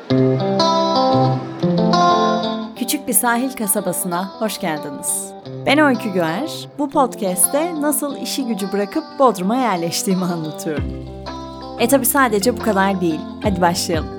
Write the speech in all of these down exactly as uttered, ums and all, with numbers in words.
Küçük bir sahil kasabasına hoş geldiniz. Ben Öykü Güer, bu podcast'te nasıl işi gücü bırakıp Bodrum'a yerleştiğimi anlatıyorum. E tabi sadece bu kadar değil, hadi başlayalım.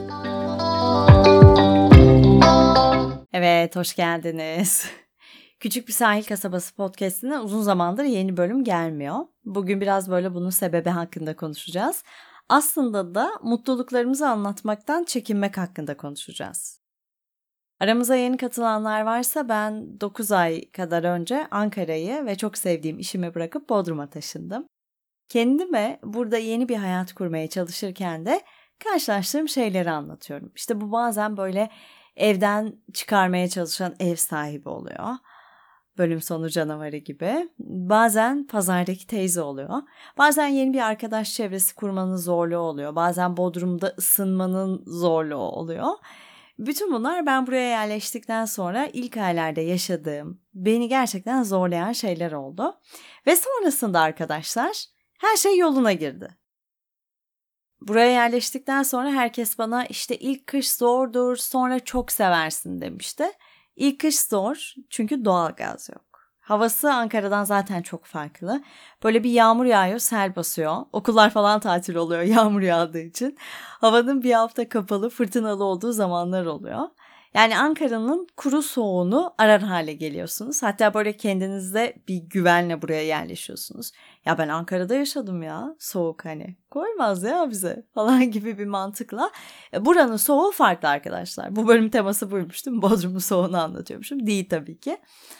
Evet, hoş geldiniz. Küçük bir sahil kasabası podcast'ine uzun zamandır yeni bölüm gelmiyor. Bugün biraz böyle bunun sebebi hakkında konuşacağız. Aslında da mutluluklarımızı anlatmaktan çekinmek hakkında konuşacağız. Aramıza yeni katılanlar varsa ben dokuz ay kadar önce Ankara'yı ve çok sevdiğim işimi bırakıp Bodrum'a taşındım. Kendime burada yeni bir hayat kurmaya çalışırken de karşılaştığım şeyleri anlatıyorum. İşte bu bazen böyle evden çıkarmaya çalışan ev sahibi oluyor. Bölüm sonu canavarı gibi. Bazen pazardaki teyze oluyor. Bazen yeni bir arkadaş çevresi kurmanın zorluğu oluyor. Bazen Bodrum'da ısınmanın zorluğu oluyor. Bütün bunlar ben buraya yerleştikten sonra ilk aylarda yaşadığım, beni gerçekten zorlayan şeyler oldu. Ve sonrasında arkadaşlar her şey yoluna girdi. Buraya yerleştikten sonra herkes bana işte ilk kış zordur, sonra çok seversin demişti. İlk kış zor çünkü doğalgaz yok. Havası Ankara'dan zaten çok farklı. Böyle bir yağmur yağıyor, sel basıyor. Okullar falan tatil oluyor yağmur yağdığı için. Havanın bir hafta kapalı, fırtınalı olduğu zamanlar oluyor. Yani Ankara'nın kuru soğuğunu arar hale geliyorsunuz. Hatta böyle kendinizde bir güvenle buraya yerleşiyorsunuz. Ya ben Ankara'da yaşadım ya, soğuk hani koymaz ya bize falan gibi bir mantıkla. Buranın soğuğu farklı arkadaşlar. Bu bölüm teması buymuş değil mi? Bodrum'un soğuğunu anlatıyormuşum. Değil tabii ki.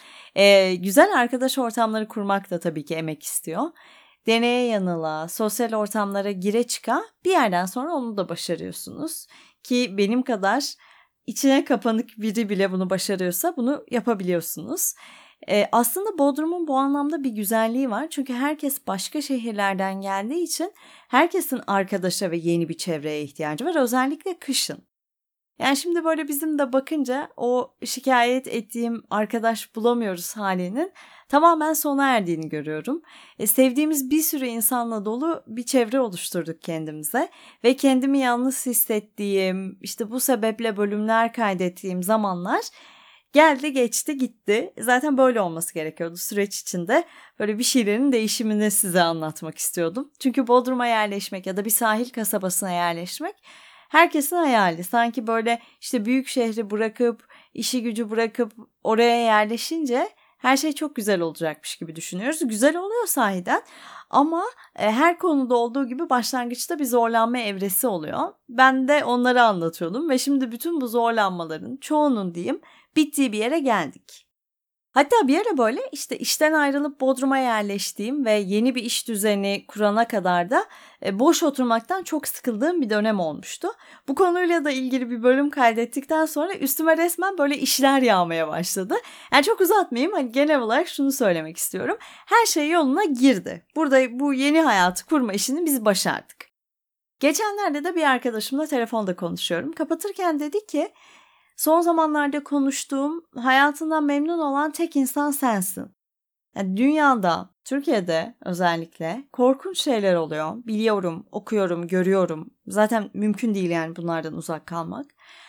Ee, güzel arkadaş ortamları kurmak da tabii ki emek istiyor. Deneye yanıla, sosyal ortamlara gire çıka bir yerden sonra onu da başarıyorsunuz. Ki benim kadar içine kapanık biri bile bunu başarıyorsa bunu yapabiliyorsunuz. Ee, aslında Bodrum'un bu anlamda bir güzelliği var. Çünkü herkes başka şehirlerden geldiği için herkesin arkadaşa ve yeni bir çevreye ihtiyacı var. Özellikle kışın. Yani şimdi böyle bizim de bakınca o şikayet ettiğim arkadaş bulamıyoruz halinin tamamen sona erdiğini görüyorum. E, sevdiğimiz bir sürü insanla dolu bir çevre oluşturduk kendimize ve kendimi yalnız hissettiğim, işte bu sebeple bölümler kaydettiğim zamanlar geldi geçti gitti. Zaten böyle olması gerekiyordu süreç içinde. Böyle bir şeylerin değişimini size anlatmak istiyordum. Çünkü Bodrum'a yerleşmek ya da bir sahil kasabasına yerleşmek herkesin hayali. Sanki böyle işte büyük şehri bırakıp, işi gücü bırakıp oraya yerleşince her şey çok güzel olacakmış gibi düşünüyoruz. Güzel oluyor sahiden ama her konuda olduğu gibi başlangıçta bir zorlanma evresi oluyor. Ben de onları anlatıyordum ve şimdi bütün bu zorlanmaların çoğunun diyeyim bittiği bir yere geldik. Hatta bir ara böyle işte işten ayrılıp Bodrum'a yerleştiğim ve yeni bir iş düzeni kurana kadar da e, boş oturmaktan çok sıkıldığım bir dönem olmuştu. Bu konuyla da ilgili bir bölüm kaydettikten sonra üstüme resmen böyle işler yağmaya başladı. Yani çok uzatmayayım, hani genel olarak şunu söylemek istiyorum. Her şey yoluna girdi. Burada bu yeni hayatı kurma işini biz başardık. Geçenlerde de bir arkadaşımla telefonda konuşuyorum. Kapatırken dedi ki, son zamanlarda konuştuğum, hayatından memnun olan tek insan sensin. Yani dünyada, Türkiye'de özellikle korkunç şeyler oluyor. Biliyorum, okuyorum, görüyorum. Zaten mümkün değil yani bunlardan uzak kalmak.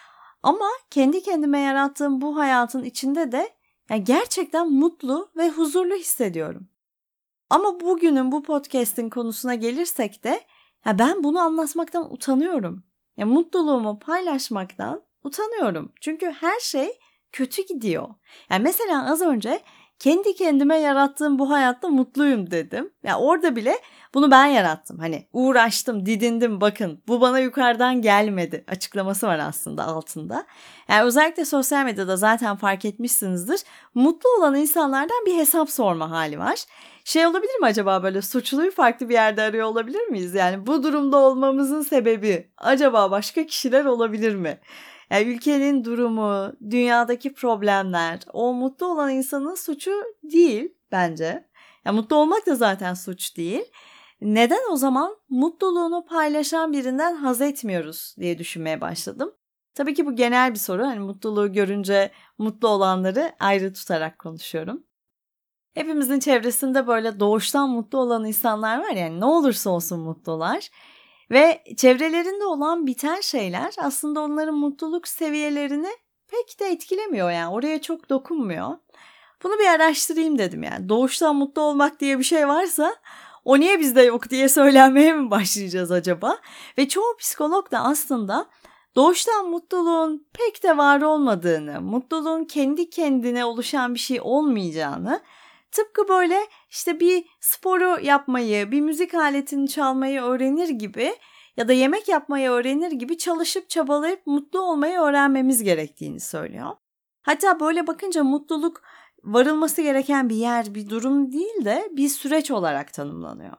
Ama kendi kendime yarattığım bu hayatın içinde de yani gerçekten mutlu ve huzurlu hissediyorum. Ama bugünün bu podcast'in konusuna gelirsek de ya ben bunu anlatmaktan utanıyorum. Ya mutluluğumu paylaşmaktan utanıyorum. Çünkü her şey kötü gidiyor. Yani mesela az önce kendi kendime yarattığım bu hayatta mutluyum dedim. Ya yani orada bile bunu ben yarattım. Hani uğraştım, didindim, bakın bu bana yukarıdan gelmedi açıklaması var aslında altında. Yani özellikle sosyal medyada zaten fark etmişsinizdir. Mutlu olan insanlardan bir hesap sorma hali var. Şey olabilir mi acaba, böyle suçluyu farklı bir yerde arıyor olabilir miyiz? Yani bu durumda olmamızın sebebi acaba başka kişiler olabilir mi? Yani ülkenin durumu, dünyadaki problemler, o mutlu olan insanın suçu değil bence. Yani mutlu olmak da zaten suç değil. Neden o zaman mutluluğunu paylaşan birinden haz etmiyoruz diye düşünmeye başladım. Tabii ki bu genel bir soru. Hani mutluluğu görünce mutlu olanları ayrı tutarak konuşuyorum. Hepimizin çevresinde böyle doğuştan mutlu olan insanlar var, yani ne olursa olsun mutlular. Ve çevrelerinde olan biten şeyler aslında onların mutluluk seviyelerini pek de etkilemiyor, yani oraya çok dokunmuyor. Bunu bir araştırayım dedim yani. Doğuştan mutlu olmak diye bir şey varsa o niye bizde yok diye söylenmeye mi başlayacağız acaba? Ve çoğu psikolog da aslında doğuştan mutluluğun pek de var olmadığını, mutluluğun kendi kendine oluşan bir şey olmayacağını, tıpkı böyle işte bir sporu yapmayı, bir müzik aletini çalmayı öğrenir gibi ya da yemek yapmayı öğrenir gibi çalışıp çabalayıp mutlu olmayı öğrenmemiz gerektiğini söylüyor. Hatta böyle bakınca mutluluk varılması gereken bir yer, bir durum değil de bir süreç olarak tanımlanıyor.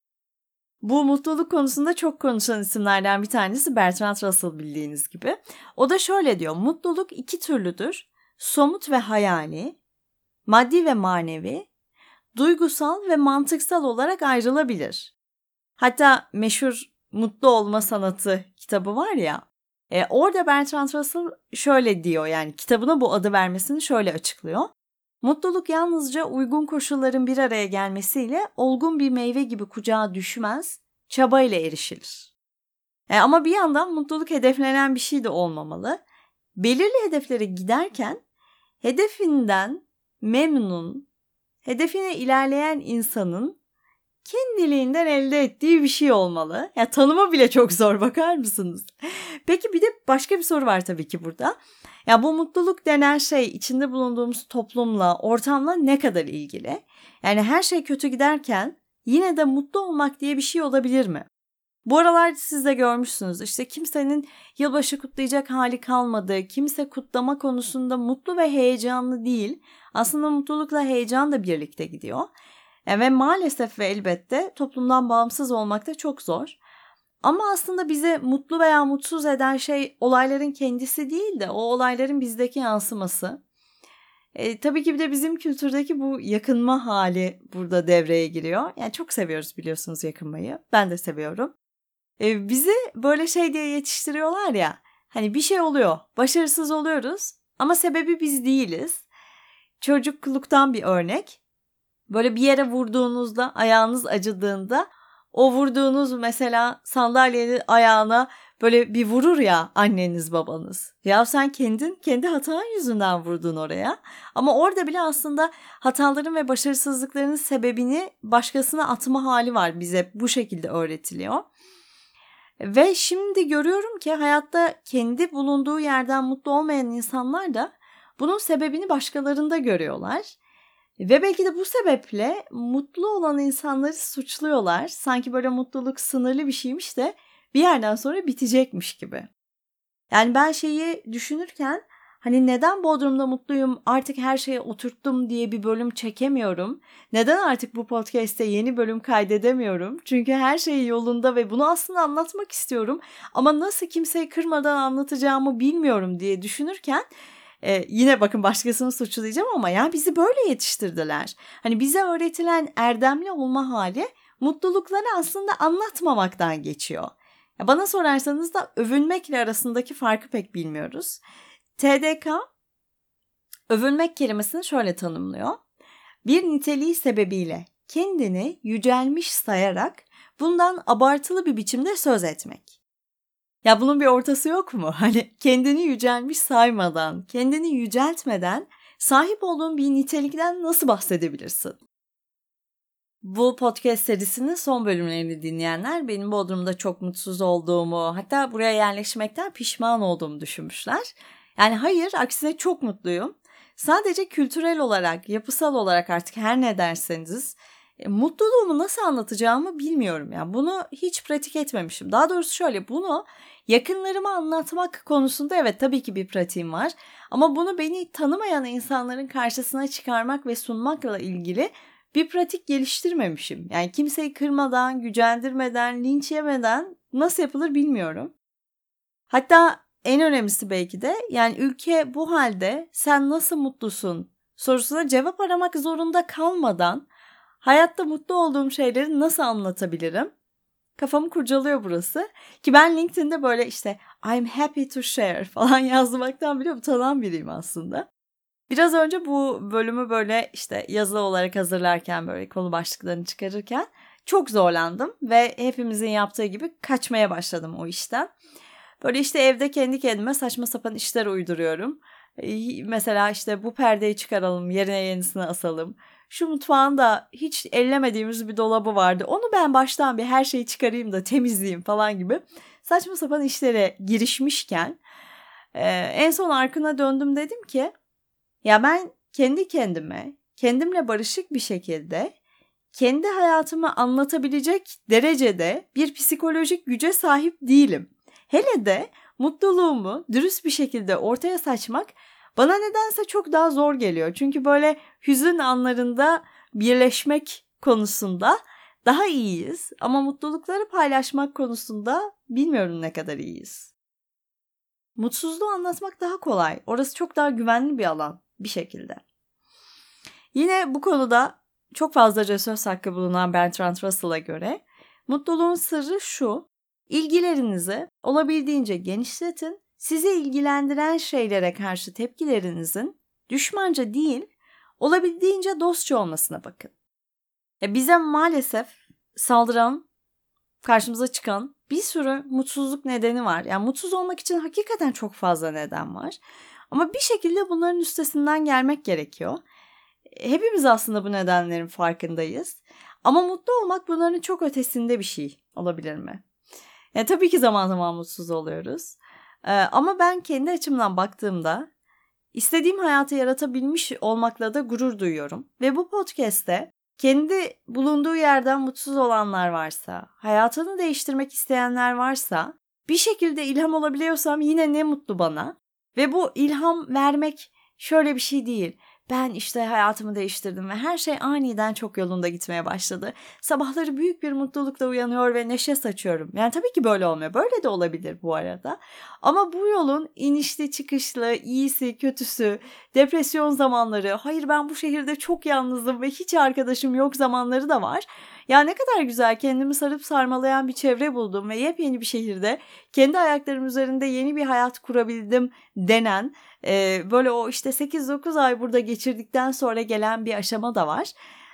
Bu mutluluk konusunda çok konuşan isimlerden bir tanesi Bertrand Russell, bildiğiniz gibi. O da şöyle diyor: mutluluk iki türlüdür. Somut ve hayali, maddi ve manevi, duygusal ve mantıksal olarak ayrılabilir. Hatta meşhur Mutlu Olma Sanatı kitabı var ya, e, orada Bertrand Russell şöyle diyor, yani kitabına bu adı vermesini şöyle açıklıyor. Mutluluk yalnızca uygun koşulların bir araya gelmesiyle olgun bir meyve gibi kucağa düşmez, çabayla erişilir. E, ama bir yandan mutluluk hedeflenen bir şey de olmamalı. Belirli hedeflere giderken hedefinden memnun, hedefine ilerleyen insanın kendiliğinden elde ettiği bir şey olmalı. Ya tanımı bile çok zor, bakar mısınız? Peki bir de başka bir soru var tabii ki burada. Ya bu mutluluk denen şey içinde bulunduğumuz toplumla, ortamla ne kadar ilgili? Yani her şey kötü giderken yine de mutlu olmak diye bir şey olabilir mi? Bu aralar siz de görmüşsünüz, işte kimsenin yılbaşı kutlayacak hali kalmadı. Kimse kutlama konusunda mutlu ve heyecanlı değil. Aslında mutlulukla heyecan da birlikte gidiyor. Ve maalesef ve elbette toplumdan bağımsız olmak da çok zor. Ama aslında bizi mutlu veya mutsuz eden şey olayların kendisi değil de o olayların bizdeki yansıması. E, tabii ki bir de bizim kültürdeki bu yakınma hali burada devreye giriyor. Yani çok seviyoruz biliyorsunuz yakınmayı. Ben de seviyorum. E, bizi böyle şey diye yetiştiriyorlar ya. Hani bir şey oluyor, başarısız oluyoruz ama sebebi biz değiliz. Çocukluktan bir örnek. Böyle bir yere vurduğunuzda, ayağınız acıdığında o vurduğunuz mesela sandalyenin ayağına böyle bir vurur ya anneniz babanız. Ya sen kendin kendi hatan yüzünden vurdun oraya. Ama orada bile aslında hataların ve başarısızlıkların sebebini başkasına atma hali var, bize bu şekilde öğretiliyor. Ve şimdi görüyorum ki hayatta kendi bulunduğu yerden mutlu olmayan insanlar da bunun sebebini başkalarında görüyorlar. Ve belki de bu sebeple mutlu olan insanları suçluyorlar. Sanki böyle mutluluk sınırlı bir şeymiş de bir yerden sonra bitecekmiş gibi. Yani ben şeyi düşünürken hani neden Bodrum'da mutluyum, artık her şeye oturttum diye bir bölüm çekemiyorum? Neden artık bu podcast'te yeni bölüm kaydedemiyorum? Çünkü her şey yolunda ve bunu aslında anlatmak istiyorum. Ama nasıl kimseyi kırmadan anlatacağımı bilmiyorum diye düşünürken Ee, yine bakın başkasını suçlayacağım ama ya bizi böyle yetiştirdiler. Hani bize öğretilen erdemli olma hali mutlulukları aslında anlatmamaktan geçiyor. Ya bana sorarsanız da övünmekle arasındaki farkı pek bilmiyoruz. T D K övünmek kelimesini şöyle tanımlıyor: bir niteliği sebebiyle kendini yücelmiş sayarak bundan abartılı bir biçimde söz etmek. Ya bunun bir ortası yok mu? Hani kendini yücelmiş saymadan, kendini yüceltmeden sahip olduğun bir nitelikten nasıl bahsedebilirsin? Bu podcast serisinin son bölümlerini dinleyenler benim Bodrum'da çok mutsuz olduğumu, hatta buraya yerleşmekten pişman olduğumu düşünmüşler. Yani hayır, aksine çok mutluyum. Sadece kültürel olarak, yapısal olarak artık her ne derseniz e, mutluluğumu nasıl anlatacağımı bilmiyorum. Yani bunu hiç pratik etmemişim. Daha doğrusu şöyle, bunu yakınlarıma anlatmak konusunda evet tabii ki bir pratiğim var. Ama bunu beni tanımayan insanların karşısına çıkarmak ve sunmakla ilgili bir pratik geliştirmemişim. Yani kimseyi kırmadan, gücendirmeden, linç yemeden nasıl yapılır bilmiyorum. Hatta en önemlisi belki de yani ülke bu halde sen nasıl mutlusun sorusuna cevap aramak zorunda kalmadan hayatta mutlu olduğum şeyleri nasıl anlatabilirim? Kafamı kurcalıyor burası. Ki ben LinkedIn'de böyle işte I'm happy to share falan yazmaktan bile utanan biriyim aslında. Biraz önce bu bölümü böyle işte yazılı olarak hazırlarken, böyle konu başlıklarını çıkarırken Çok zorlandım ve hepimizin yaptığı gibi kaçmaya başladım o işten. Böyle işte evde kendi kendime saçma sapan işler uyduruyorum. Mesela işte bu perdeyi çıkaralım, yerine yenisini asalım. Şu mutfağın da hiç ellemediğimiz bir dolabı vardı. Onu ben baştan bir her şeyi çıkarayım da temizleyeyim falan gibi saçma sapan işlere girişmişken e, en son arkana döndüm, dedim ki ya ben kendi kendime, kendimle barışık bir şekilde kendi hayatımı anlatabilecek derecede bir psikolojik güce sahip değilim. Hele de mutluluğumu dürüst bir şekilde ortaya saçmak bana nedense çok daha zor geliyor. Çünkü böyle hüzün anlarında birleşmek konusunda daha iyiyiz ama mutlulukları paylaşmak konusunda bilmiyorum ne kadar iyiyiz. Mutsuzluğu anlatmak daha kolay. Orası çok daha güvenli bir alan bir şekilde. Yine bu konuda çok fazlaca söz hakkı bulunan Bertrand Russell'a göre mutluluğun sırrı şu: İlgilerinizi olabildiğince genişletin, sizi ilgilendiren şeylere karşı tepkilerinizin düşmanca değil, olabildiğince dostça olmasına bakın. Ya bize maalesef saldıran, karşımıza çıkan bir sürü mutsuzluk nedeni var. Yani mutsuz olmak için hakikaten çok fazla neden var. Ama bir şekilde bunların üstesinden gelmek gerekiyor. Hepimiz aslında bu nedenlerin farkındayız. Ama mutlu olmak bunların çok ötesinde bir şey olabilir mi? Yani tabii ki zaman zaman mutsuz oluyoruz. Ee, ama ben kendi açımdan baktığımda istediğim hayatı yaratabilmiş olmakla da gurur duyuyorum. Ve bu podcast'te kendi bulunduğu yerden mutsuz olanlar varsa, hayatını değiştirmek isteyenler varsa, bir şekilde ilham olabiliyorsam yine ne mutlu bana. Ve bu ilham vermek şöyle bir şey değil. Ben işte hayatımı değiştirdim ve her şey aniden çok yolunda gitmeye başladı. Sabahları büyük bir mutlulukla uyanıyor ve neşe saçıyorum. Yani tabii ki böyle olmuyor. Böyle de olabilir bu arada. Ama bu yolun inişli çıkışlı, iyisi, kötüsü, depresyon zamanları, hayır ben bu şehirde çok yalnızım ve hiç arkadaşım yok zamanları da var. Ya ne kadar güzel, kendimi sarıp sarmalayan bir çevre buldum ve yepyeni bir şehirde kendi ayaklarım üzerinde yeni bir hayat kurabildim denen, e, böyle o işte sekiz dokuz ay burada geçirdikten sonra gelen bir aşama da var.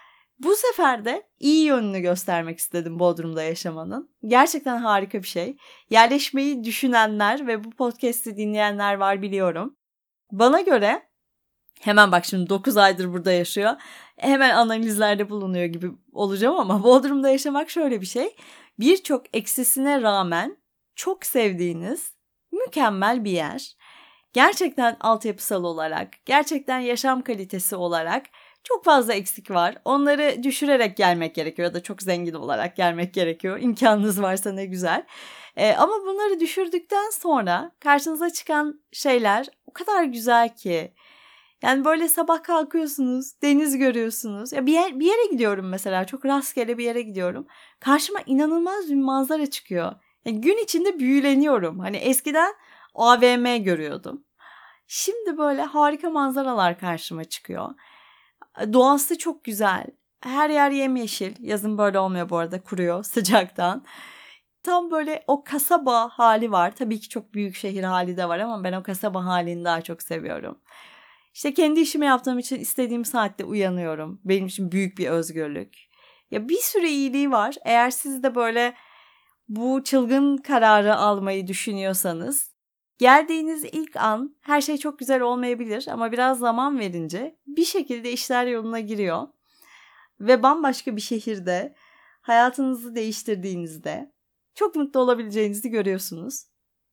Bu sefer de iyi yönünü göstermek istedim Bodrum'da yaşamanın. Gerçekten harika bir şey. Yerleşmeyi düşünenler ve bu podcast'i dinleyenler var biliyorum. Bana göre hemen bak şimdi dokuz aydır burada yaşıyor. Hemen analizlerde bulunuyor gibi olacağım ama Bodrum'da yaşamak şöyle bir şey. Birçok eksisine rağmen çok sevdiğiniz mükemmel bir yer. Gerçekten altyapısal olarak, gerçekten yaşam kalitesi olarak çok fazla eksik var. Onları düşürerek gelmek gerekiyor ya da çok zengin olarak gelmek gerekiyor. İmkanınız varsa ne güzel. Ee, ama bunları düşürdükten sonra karşınıza çıkan şeyler o kadar güzel ki. Yani böyle sabah kalkıyorsunuz, deniz görüyorsunuz. Ya bir, yer, bir yere gidiyorum mesela, çok rastgele bir yere gidiyorum. Karşıma inanılmaz bir manzara çıkıyor. Yani gün içinde büyüleniyorum. Hani eskiden A V M görüyordum. Şimdi böyle harika manzaralar karşıma çıkıyor. Doğası çok güzel. Her yer yemyeşil. Yazın böyle olmuyor bu arada, kuruyor sıcaktan. Tam böyle o kasaba hali var. Tabii ki çok büyük şehir hali de var ama ben o kasaba halini daha çok seviyorum. İşte kendi işimi yaptığım için istediğim saatte uyanıyorum. Benim için büyük bir özgürlük. Ya bir sürü iyiliği var. Eğer siz de böyle bu çılgın kararı almayı düşünüyorsanız, geldiğiniz ilk an her şey çok güzel olmayabilir ama biraz zaman verince bir şekilde işler yoluna giriyor. Ve bambaşka bir şehirde hayatınızı değiştirdiğinizde çok mutlu olabileceğinizi görüyorsunuz.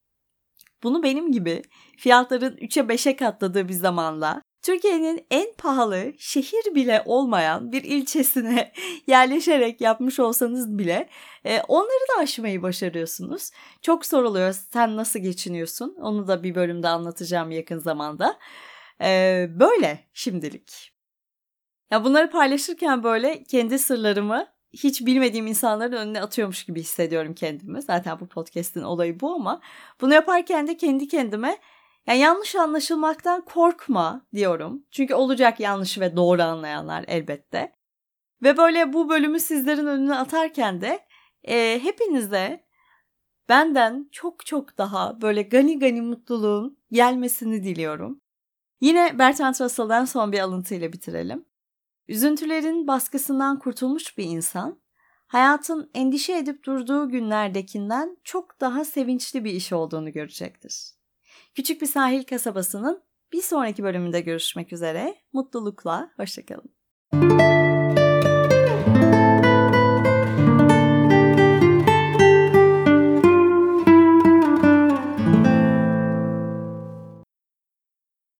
Bunu benim gibi fiyatların üçe beşe katladığı bir zamanla Türkiye'nin en pahalı şehir bile olmayan bir ilçesine yerleşerek yapmış olsanız bile e, onları da aşmayı başarıyorsunuz. Çok soruluyor, sen nasıl geçiniyorsun? Onu da bir bölümde anlatacağım yakın zamanda. E, böyle şimdilik. Ya bunları paylaşırken böyle kendi sırlarımı hiç bilmediğim insanların önüne atıyormuş gibi hissediyorum kendimi. Zaten bu podcast'in olayı bu ama bunu yaparken de kendi kendime yani yanlış anlaşılmaktan korkma diyorum. Çünkü olacak yanlış ve doğru anlayanlar elbette. Ve böyle bu bölümü sizlerin önüne atarken de e, hepinize benden çok çok daha böyle gani gani mutluluğun gelmesini diliyorum. Yine Bertrand Russell'dan son bir alıntıyla bitirelim. Üzüntülerin baskısından kurtulmuş bir insan hayatın endişe edip durduğu günlerdekinden çok daha sevinçli bir iş olduğunu görecektir. Küçük bir sahil kasabasının bir sonraki bölümünde görüşmek üzere. Mutlulukla, hoşça kalın.